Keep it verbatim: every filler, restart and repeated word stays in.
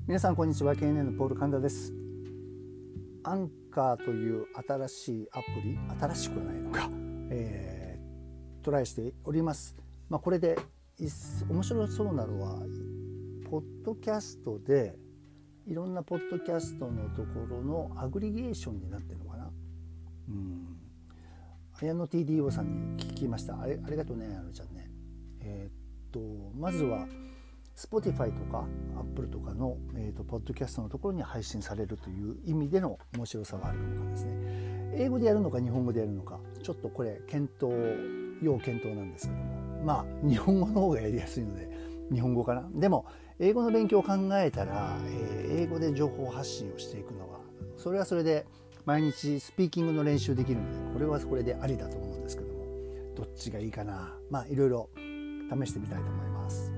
皆さんこんにちは。 ケーエヌエヌ のポール神田です。アンカーという新しいアプリ、新しくはないのか、えー、トライしております。まあ、これで面白そうなのはポッドキャストでいろんなポッドキャストのところのアグリゲーションになってるのかな。うん綾野 ティーディーオー さんに聞きました。あれありがとうね、あのちゃんね。えー、っとまずはSpotify とか Apple とかの、えー、とポッドキャストのところに配信されるという意味での面白さがあるのかですね。英語でやるのか日本語でやるのか、ちょっとこれ検討要検討なんですけども、まあ日本語の方がやりやすいので日本語かな。でも英語の勉強を考えたら、えー、英語で情報発信をしていくのはそれはそれで毎日スピーキングの練習できるので、これはこれでありだと思うんですけども、どっちがいいかな。まあいろいろ試してみたいと思います。